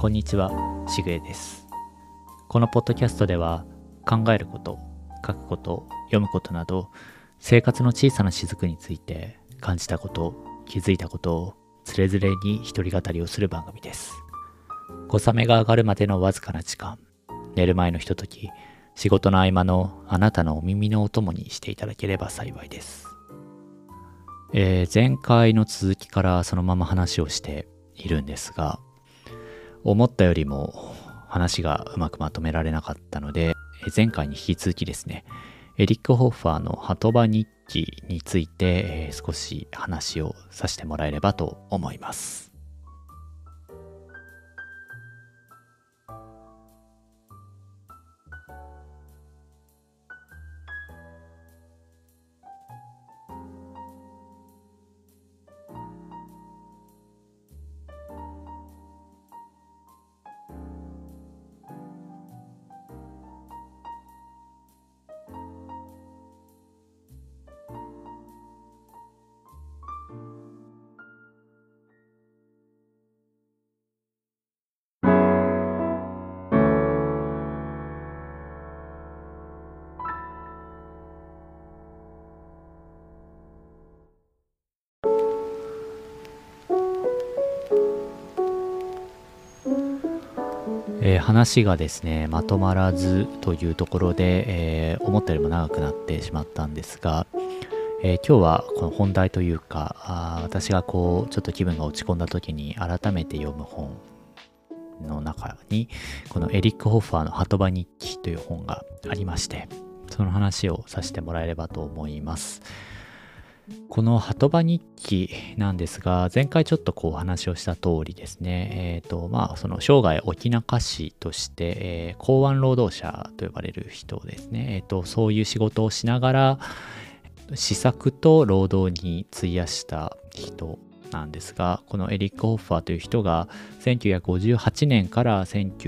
こんにちは、しぐえです。このポッドキャストでは、考えること、書くこと、読むことなど、生活の小さな雫について感じたこと、気づいたことをつれづれに一人語りをする番組です。小雨が上がるまでのわずかな時間、寝る前のひととき、仕事の合間のあなたのお耳のお供にしていただければ幸いです。前回の続きからそのまま話をしているんですが、思ったよりも話がうまくまとめられなかったので、前回に引き続きですね、エリック・ホッファーの鳩場日記について、少し話をさせてもらえればと思います。話がですねまとまらずというところで、思ったよりも長くなってしまったんですが、今日はこの本題というか私がこうちょっと気分が落ち込んだ時に改めて読む本の中にこのエリック・ホッファーの鳩場日記という本がありまして、その話をさせてもらえればと思います。この鳩場日記なんですが、前回ちょっとこう話をした通りですね、その生涯沖中市として、港湾労働者と呼ばれる人ですね、そういう仕事をしながら思索と労働に費やした人なんですが、このエリック・ホッファーという人が1958年から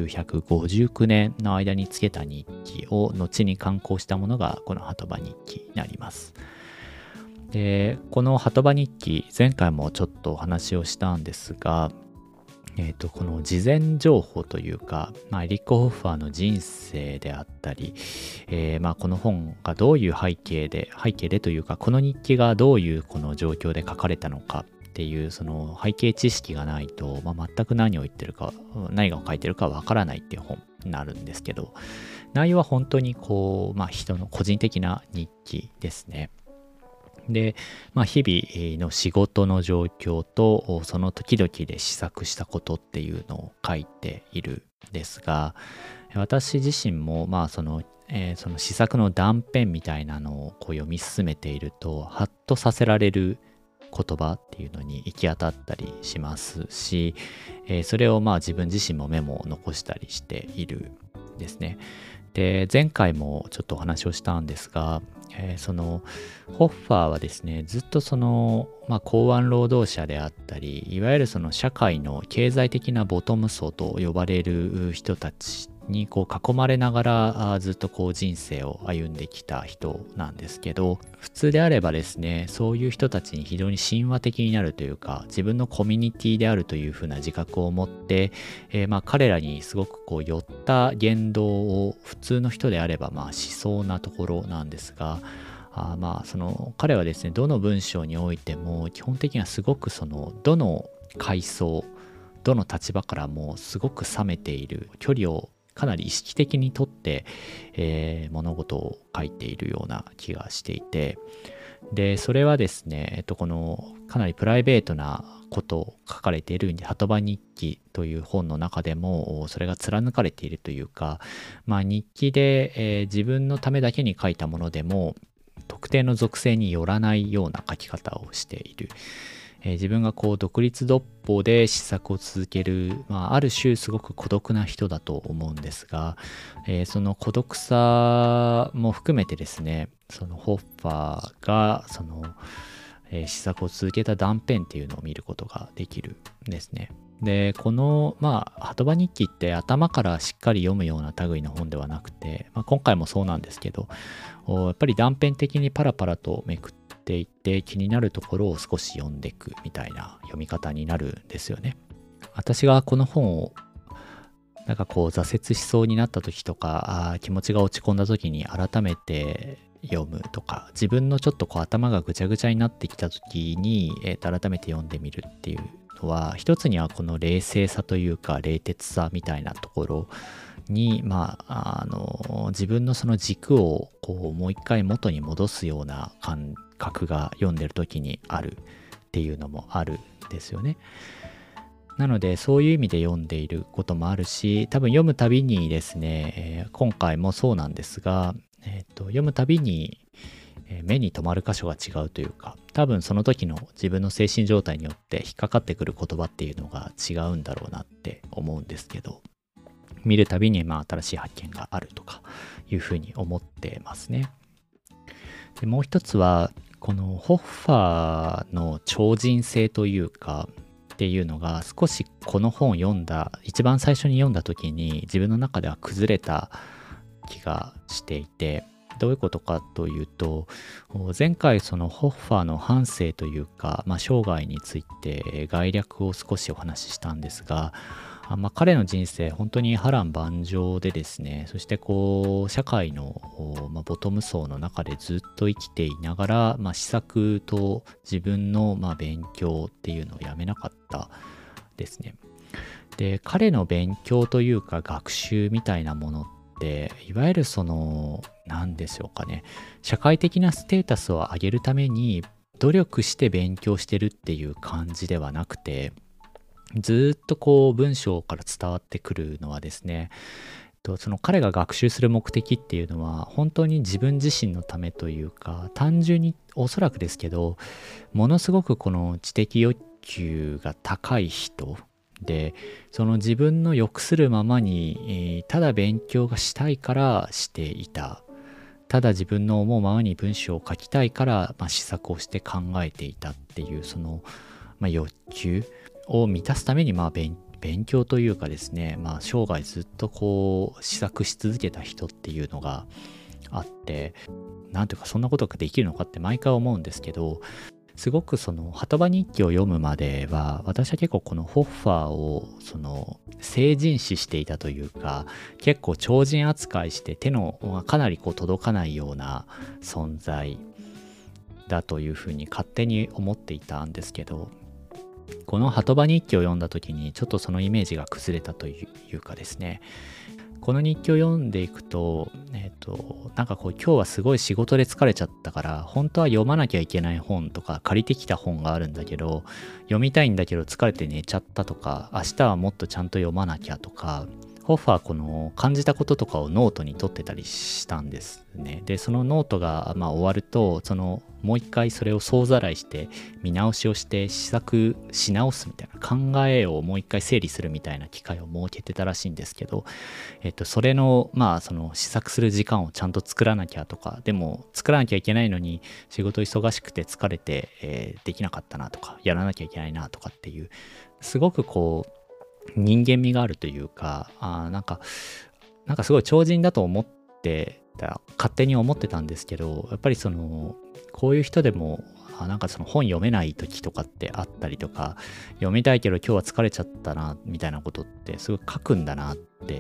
1959年の間につけた日記を後に刊行したものがこの鳩場日記になります。で、この鳩場日記、前回もちょっとお話をしたんですが、この事前情報というか、エリック・ホッファーの人生であったり、この本がどういう背景でというか、この日記がどういうこの状況で書かれたのかっていうその背景知識がないと、全く何を言ってるか、何が書いてるかわからないっていう本になるんですけど、内容は本当にこう、人の個人的な日記ですね。で、日々の仕事の状況とその時々で試作したことっていうのを書いているんですが、私自身もその試作の断片みたいなのをこう読み進めていると、ハッとさせられる言葉っていうのに行き当たったりしますし、それを自分自身もメモを残したりしているんですね。で、前回もちょっとお話をしたんですが、そのホッファーはですね、ずっとその、港湾労働者であったり、いわゆるその社会の経済的なボトム層と呼ばれる人たちにこう囲まれながらずっとこう人生を歩んできた人なんですけど、普通であればですね、そういう人たちに非常に親和的になるというか、自分のコミュニティであるというふうな自覚を持って、彼らにすごくこう寄った言動を普通の人であればしそうなところなんですが、その彼はですね、どの文章においても基本的にはすごくそのどの階層、どの立場からもすごく冷めている、距離をかなり意識的にとって、物事を書いているような気がしていて、でそれはですね、このかなりプライベートなことを書かれている鳩場日記という本の中でもそれが貫かれているというか、日記で、自分のためだけに書いたものでも特定の属性によらないような書き方をしている。自分がこう独立独歩で試作を続ける、ある種すごく孤独な人だと思うんですが、その孤独さも含めてですね、そのホッファーがその、試作を続けた断片っていうのを見ることができるんですね。で、この鳩場日記って頭からしっかり読むような類の本ではなくて、今回もそうなんですけど、やっぱり断片的にパラパラとめくっていって気になるところを少し読んでいくみたいな読み方になるんですよね。私がこの本をなんかこう挫折しそうになった時とか、気持ちが落ち込んだ時に改めて読むとか、自分のちょっとこう頭がぐちゃぐちゃになってきた時に、改めて読んでみるっていうのは、一つにはこの冷静さというか冷徹さみたいなところに、自分のその軸をこうもう一回元に戻すような感覚が読んでる時にあるっていうのもあるんですよね。なのでそういう意味で読んでいることもあるし、多分読むたびにですね、今回もそうなんですが、読むたびに目に留まる箇所が違うというか、多分その時の自分の精神状態によって引っかかってくる言葉っていうのが違うんだろうなって思うんですけど、見るたびに新しい発見があるとかいうふうに思ってますね。でもう一つはこのホッファーの超人性というかっていうのが、少しこの本を読んだ一番最初に読んだ時に自分の中では崩れた気がしていて、どういうことかというと、前回そのホッファーの半生というか、生涯について概略を少しお話ししたんですが、彼の人生本当に波乱万丈でですね、そしてこう社会の、ボトム層の中でずっと生きていながら、試作と自分の勉強っていうのをやめなかったですね。で、彼の勉強というか学習みたいなものって、いわゆるその何でしょうかね、社会的なステータスを上げるために努力して勉強してるっていう感じではなくて、ずっとこう文章から伝わってくるのはですね、その彼が学習する目的っていうのは本当に自分自身のためというか、単純におそらくですけど、ものすごくこの知的欲求が高い人で、その自分の欲するままに、ただ勉強がしたいからしていた。ただ自分の思うままに文章を書きたいから、試作をして考えていたっていうその、欲求を満たすために勉強というかですね、生涯ずっとこう試作し続けた人っていうのがあって、なんていうかそんなことができるのかって毎回思うんですけど、すごくその鳩場日記を読むまでは、私は結構このホッファーをその成人視していたというか、結構超人扱いして手のかなりこう届かないような存在だというふうに勝手に思っていたんですけど、この鳩場日記を読んだ時にちょっとそのイメージが崩れたというかですね、この日記を読んでいくと、なんかこう今日はすごい仕事で疲れちゃったから、本当は読まなきゃいけない本とか借りてきた本があるんだけど、読みたいんだけど疲れて寝ちゃったとか、明日はもっとちゃんと読まなきゃとか、ホッファーこの感じたこととかをノートに取ってたりしたんですね。で、そのノートが終わると、もう一回それを総ざらいして見直しをして試作し直すみたいな、考えをもう一回整理するみたいな機会を設けてたらしいんですけど、それのその試作する時間をちゃんと作らなきゃとか、でも作らなきゃいけないのに仕事忙しくて疲れて、できなかったなとか、やらなきゃいけないなとかっていう、すごくこう人間味があるというか、なんかすごい超人だと思ってた、勝手に思ってたんですけど、やっぱりそのこういう人でもなんかその本読めない時とかってあったりとか、読みたいけど今日は疲れちゃったなみたいなことってすごい書くんだなって、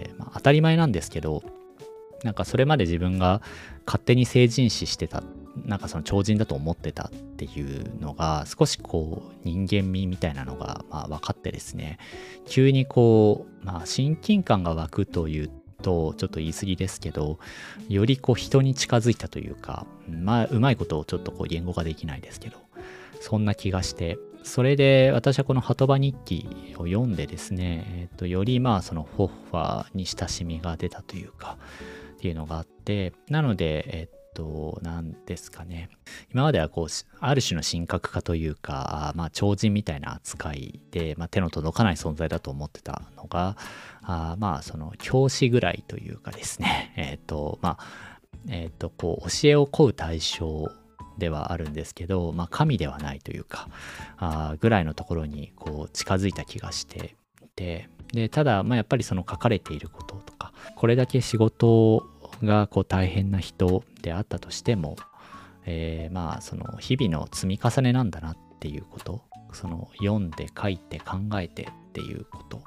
当たり前なんですけど、なんかそれまで自分が勝手に成人視してた、なんかその超人だと思ってたっていうのが少しこう人間味みたいなのが分かってですね、急にこう親近感が湧くというとちょっと言い過ぎですけど、よりこう人に近づいたというか、うまいことをちょっとこう言語化できないですけど、そんな気がして、それで私はこの鳩場日記を読んでですね、よりそのホッファーに親しみが出たというかっていうのがあって、なのでなんですかね、今まではこうある種の神格化というか、超人みたいな扱いで、手の届かない存在だと思ってたのが、その教師ぐらいというかですね、こう教えを請う対象ではあるんですけど、神ではないというかぐらいのところにこう近づいた気がしていて、でただやっぱりその書かれていることとか、これだけ仕事がこう大変な人であったとしても、その日々の積み重ねなんだなっていうこと、その読んで書いて考えてっていうこと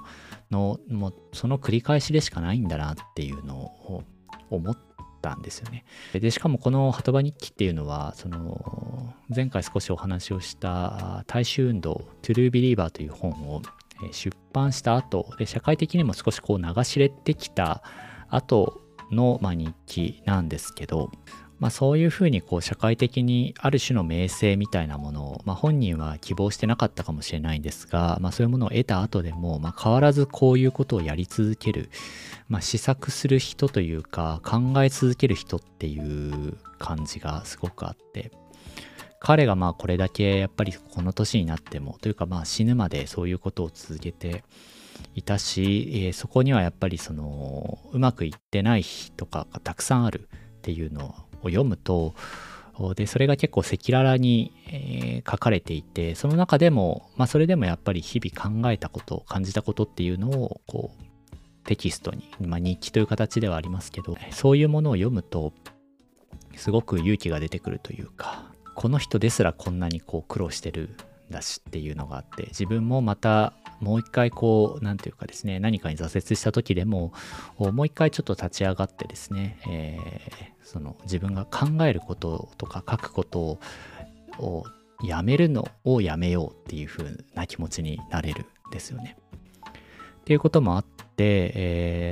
のもうその繰り返しでしかないんだなっていうのを思ったんですよね。でしかもこの鳩場日記っていうのはその前回少しお話をした大衆運動トゥルービリーバーという本を出版した後で、社会的にも少しこう流し入れてきた後の日記なんですけど、そういうふうにこう社会的にある種の名声みたいなものを、本人は希望してなかったかもしれないんですが、そういうものを得た後でも、変わらずこういうことをやり続ける、試作する人というか考え続ける人っていう感じがすごくあって、彼がこれだけやっぱりこの年になってもというか死ぬまでそういうことを続けていたし、そこにはやっぱりそのうまくいってない日とかがたくさんあるっていうのを読むと、でそれが結構赤裸々に、書かれていて、その中でもそれでもやっぱり日々考えたこと感じたことっていうのをこうテキストに、日記という形ではありますけど、そういうものを読むとすごく勇気が出てくるというか、この人ですらこんなにこう苦労してるんだしっていうのがあって、自分もまたもう一回こうなんていうかですね、何かに挫折した時でももう一回ちょっと立ち上がってですね、その自分が考えることとか書くことをやめるのをやめようっていう風な気持ちになれるんですよね。っていうこともあって、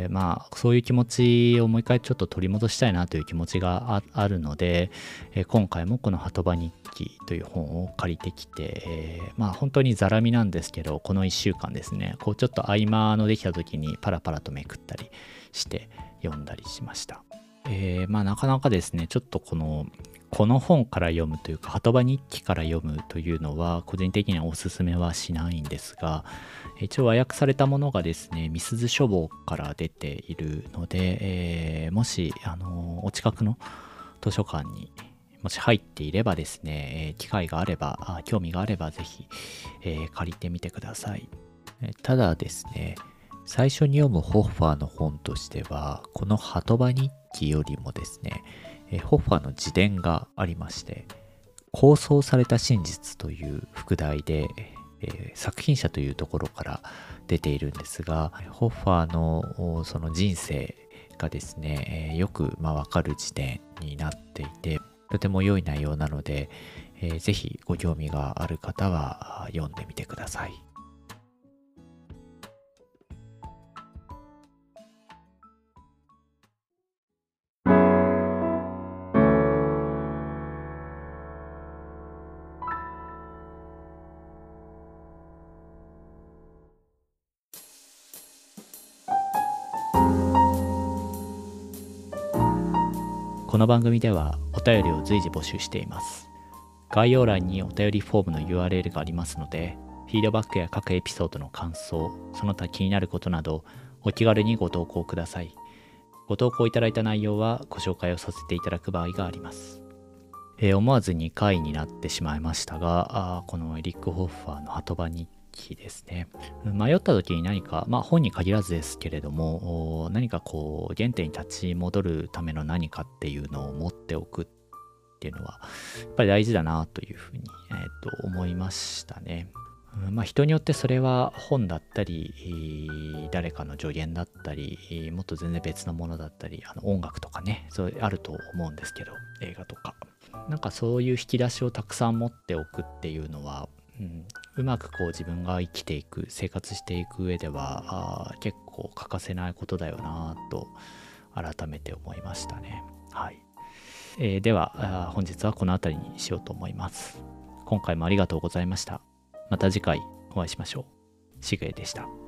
そういう気持ちをもう一回ちょっと取り戻したいなという気持ちが あるので、今回もこの鳩場日記という本を借りてきて、本当にザラ見なんですけど、この1週間ですね、こうちょっと合間のできた時にパラパラとめくったりして読んだりしました。なかなかですね、ちょっとこの本から読むというか鳩場日記から読むというのは個人的にはおすすめはしないんですが、一応和訳されたものがですね、みすゞ書房から出ているので、もしお近くの図書館にもし入っていればですね、機会があれば興味があればぜひ、借りてみてください。ただですね、最初に読むホッファーの本としては、この鳩場日記よりもですね、ホッファーの自伝がありまして、構想された真実という副題で、作品者というところから出ているんですが、ホッファーのその人生がですね、よくわかる自伝になっていて、とても良い内容なので、ぜひご興味がある方は読んでみてください。この番組ではお便りを随時募集しています。概要欄にお便りフォームの URL がありますので、フィードバックや各エピソードの感想、その他気になることなどお気軽にご投稿ください。ご投稿いただいた内容はご紹介をさせていただく場合があります。思わず2回になってしまいましたが、このエリック・ホッファーの鳩場日記ですね。迷った時に何か、本に限らずですけれども、何かこう原点に立ち戻るための何かっていうのを持っておくっていうのはやっぱり大事だなというふうに、思いましたね。人によってそれは本だったり、誰かの助言だったり、もっと全然別のものだったり、音楽とかね、そうあると思うんですけど、映画とか。なんかそういう引き出しをたくさん持っておくっていうのは、うまくこう自分が生きていく、生活していく上では結構欠かせないことだよなと改めて思いましたね。はい。では本日はこの辺りにしようと思います。今回もありがとうございました。また次回お会いしましょう。しぐえでした。